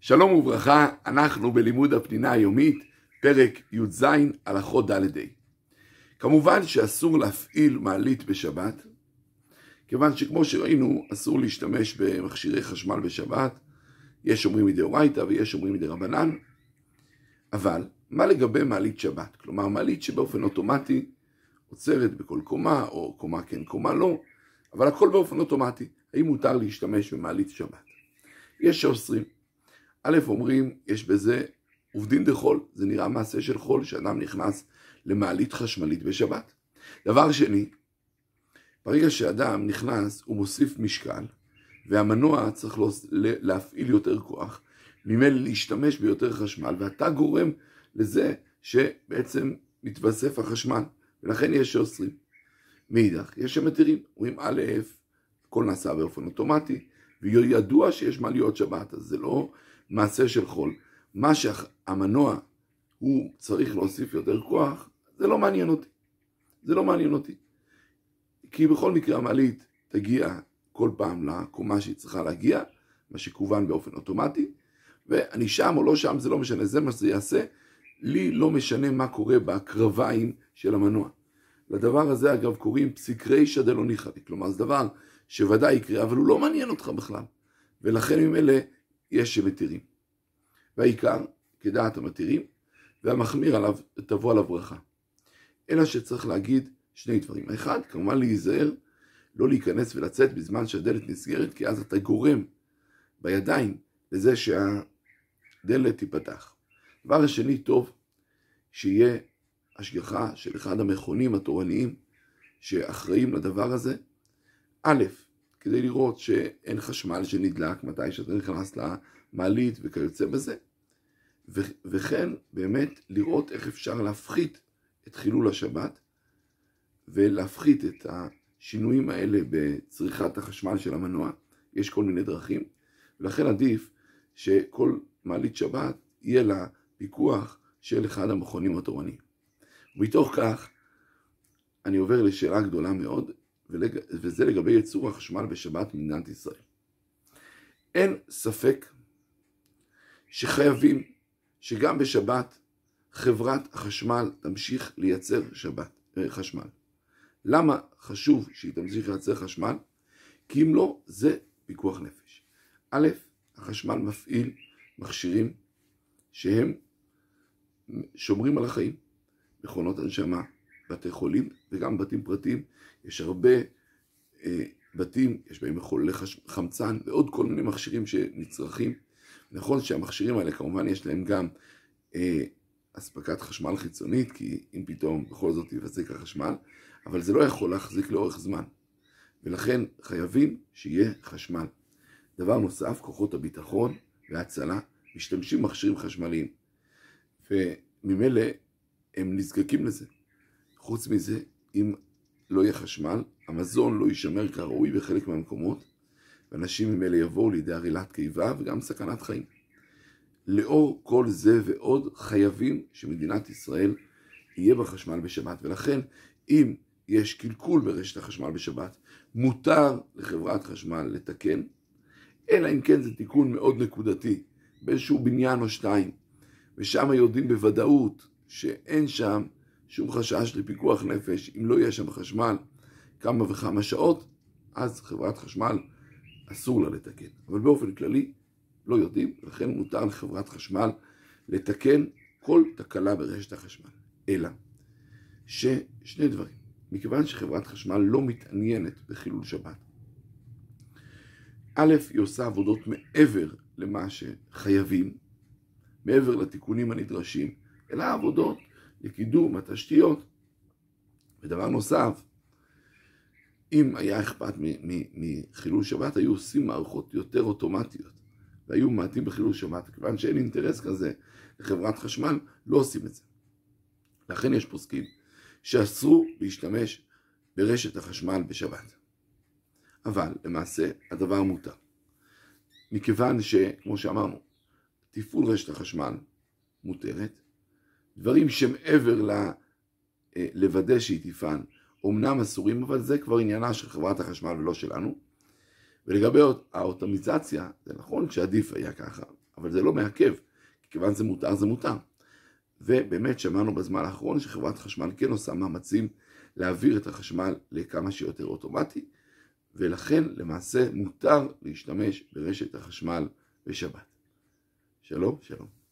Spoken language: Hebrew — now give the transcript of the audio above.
שלום וברכה, אנחנו בלימוד הפנינה היומית, פרק י"ז הלכות ד' ה'. כמובן שאסור להפעיל מעלית בשבת, כיוון שכמו שראינו אסור להשתמש במכשירי חשמל בשבת, יש אומרים מדאורייתא ויש אומרים מדרבנן, אבל מה לגבי מעלית שבת? כלומר מעלית שבאופן אוטומטי עוצרת בכל קומה, או קומה כן קומה לא, אבל הכל באופן אוטומטי. האם מותר להשתמש במעלית שבת? יש שאוסרים. א' אומרים, יש בזה עובדין דחול, זה נראה מעשה של חול, שאדם נכנס למעלית חשמלית בשבת. דבר שני, ברגע שאדם נכנס, הוא מוסיף משקל, והמנוע צריך להפעיל יותר כוח, ממילא להשתמש ביותר חשמל, ואתה גורם לזה שבעצם מתווסף החשמל, ולכן יש שאוסרים. מאידך, יש שמתירים, אומרים א', הכל נעשה באופן אוטומטי, וידוע שיש מעליות שבת, אז זה לא מעשה של חול. מה שהמנוע הוא צריך להוסיף יותר כוח, זה לא מעניין אותי. זה לא מעניין אותי. כי בכל מקרה המעלית תגיע כל פעם לקומה שהיא צריכה להגיע, מה שכוון באופן אוטומטי, ואני שם או לא שם, זה לא משנה, זה מה שזה יעשה. לי לא משנה מה קורה בקרביים של המנוע. לדבר הזה אגב קוראים פסיק רישא דלא ניחא לי, כלומר זה דבר שוודאי יקרה, אבל הוא לא מעניין אותך בכלל. ולכן ממילא יש שמתירים. והעיקר, כדעת המתירים, והמחמיר עליו, תבוא עליו ברכה. אלא שצריך להגיד שני דברים. האחד, כמובן להיזהר, לא להיכנס ולצאת בזמן שהדלת נסגרת, כי אז אתה גורם בידיים לזה שהדלת תיפתח. דבר השני, טוב שיהיה השגחה של אחד המכונים התורניים שאחראים לדבר הזה. א', כדי לראות שאין חשמל שנדלק מתי שאתה נכנס למעלית וכיוצא בזה, וכן באמת לראות איך אפשר להפחית את חילול השבת, ולהפחית את השינויים האלה בצריכת החשמל של המנוע. יש כל מיני דרכים, ולכן עדיף שכל מעלית שבת יהיה לה פיקוח של אחד המכונים התורניים. ומתוך כך אני עובר לשאלה גדולה מאוד, וזה לגבי ייצור החשמל בשבת במדינת ישראל. אין ספק שחייבים שגם בשבת חברת החשמל תמשיך לייצר חשמל. למה חשוב שהיא תמשיך לייצר חשמל? כי אם לא, זה פיקוח נפש. א', החשמל מפעיל מכשירים שהם שומרים על החיים, מכונות הנשמה, בתי חולים וגם בתים פרטיים. יש הרבה בתים, יש בהם מחוללי חמצן ועוד כל מיני מכשירים שנצרכים. נכון שהמכשירים האלה כמובן יש להם גם אספקת חשמל חיצונית, כי אם פתאום בכל זאת יבזק החשמל, אבל זה לא יכול להחזיק לאורך זמן. ולכן חייבים שיהיה חשמל. דבר נוסף, כוחות הביטחון וההצלה משתמשים מכשירים חשמליים, וממילא הם נזקקים לזה. חוץ מזה, אם לא יהיה חשמל, המזון לא יישמר כראוי בחלק מהמקומות, ואנשים ממילא יבואו לידי ערילת קיבה וגם סכנת חיים. לאור כל זה ועוד חייבים שמדינת ישראל יהיה בחשמל בשבת, ולכן אם יש קלקול ברשת החשמל בשבת, מותר לחברת חשמל לתקן, אלא אם כן זה תיקון מאוד נקודתי, באיזשהו בניין או שתיים, ושם יודעים בוודאות שאין שם שום חשש לפיקוח נפש. אם לא יהיה שם חשמל כמה וכמה שעות, אז חברת חשמל אסור לה לתקן. אבל באופן כללי לא יודעים, לכן מותר לחברת חשמל לתקן כל תקלה ברשת החשמל. אלא ששני דברים. מכיוון שחברת חשמל לא מתעניינת בחילול שבת, א', היא עושה עבודות מעבר למה שחייבים, מעבר לתיקונים הנדרשים, אלא עבודות לקידום התשתיות. ודבר נוסף, אם היה אכפת מחילול שבת, היו עושים מערכות יותר אוטומטיות, והיו מעטים בחילול שבת. כיוון שאין אינטרס כזה לחברת חשמל, לא עושים את זה. לכן יש פוסקים שאסרו להשתמש ברשת החשמל בשבת. אבל למעשה הדבר מותר. מכיוון שכמו שאמרנו, תפעול רשת החשמל מותרת, דברים שמעבר לוודא שהיא תפעל, אומנם אסורים, אבל זה כבר עניינה של חברת החשמל ולא שלנו. ולגבי האוטומיזציה, זה נכון שעדיף היה ככה, אבל זה לא מעכב, כיוון זה מותר, זה מותר. ובאמת שמענו בזמן האחרון שחברת חשמל כן עושה מאמצים להעביר את החשמל לכמה שיותר אוטומטי, ולכן למעשה מותר להשתמש ברשת החשמל בשבת. שלום, שלום.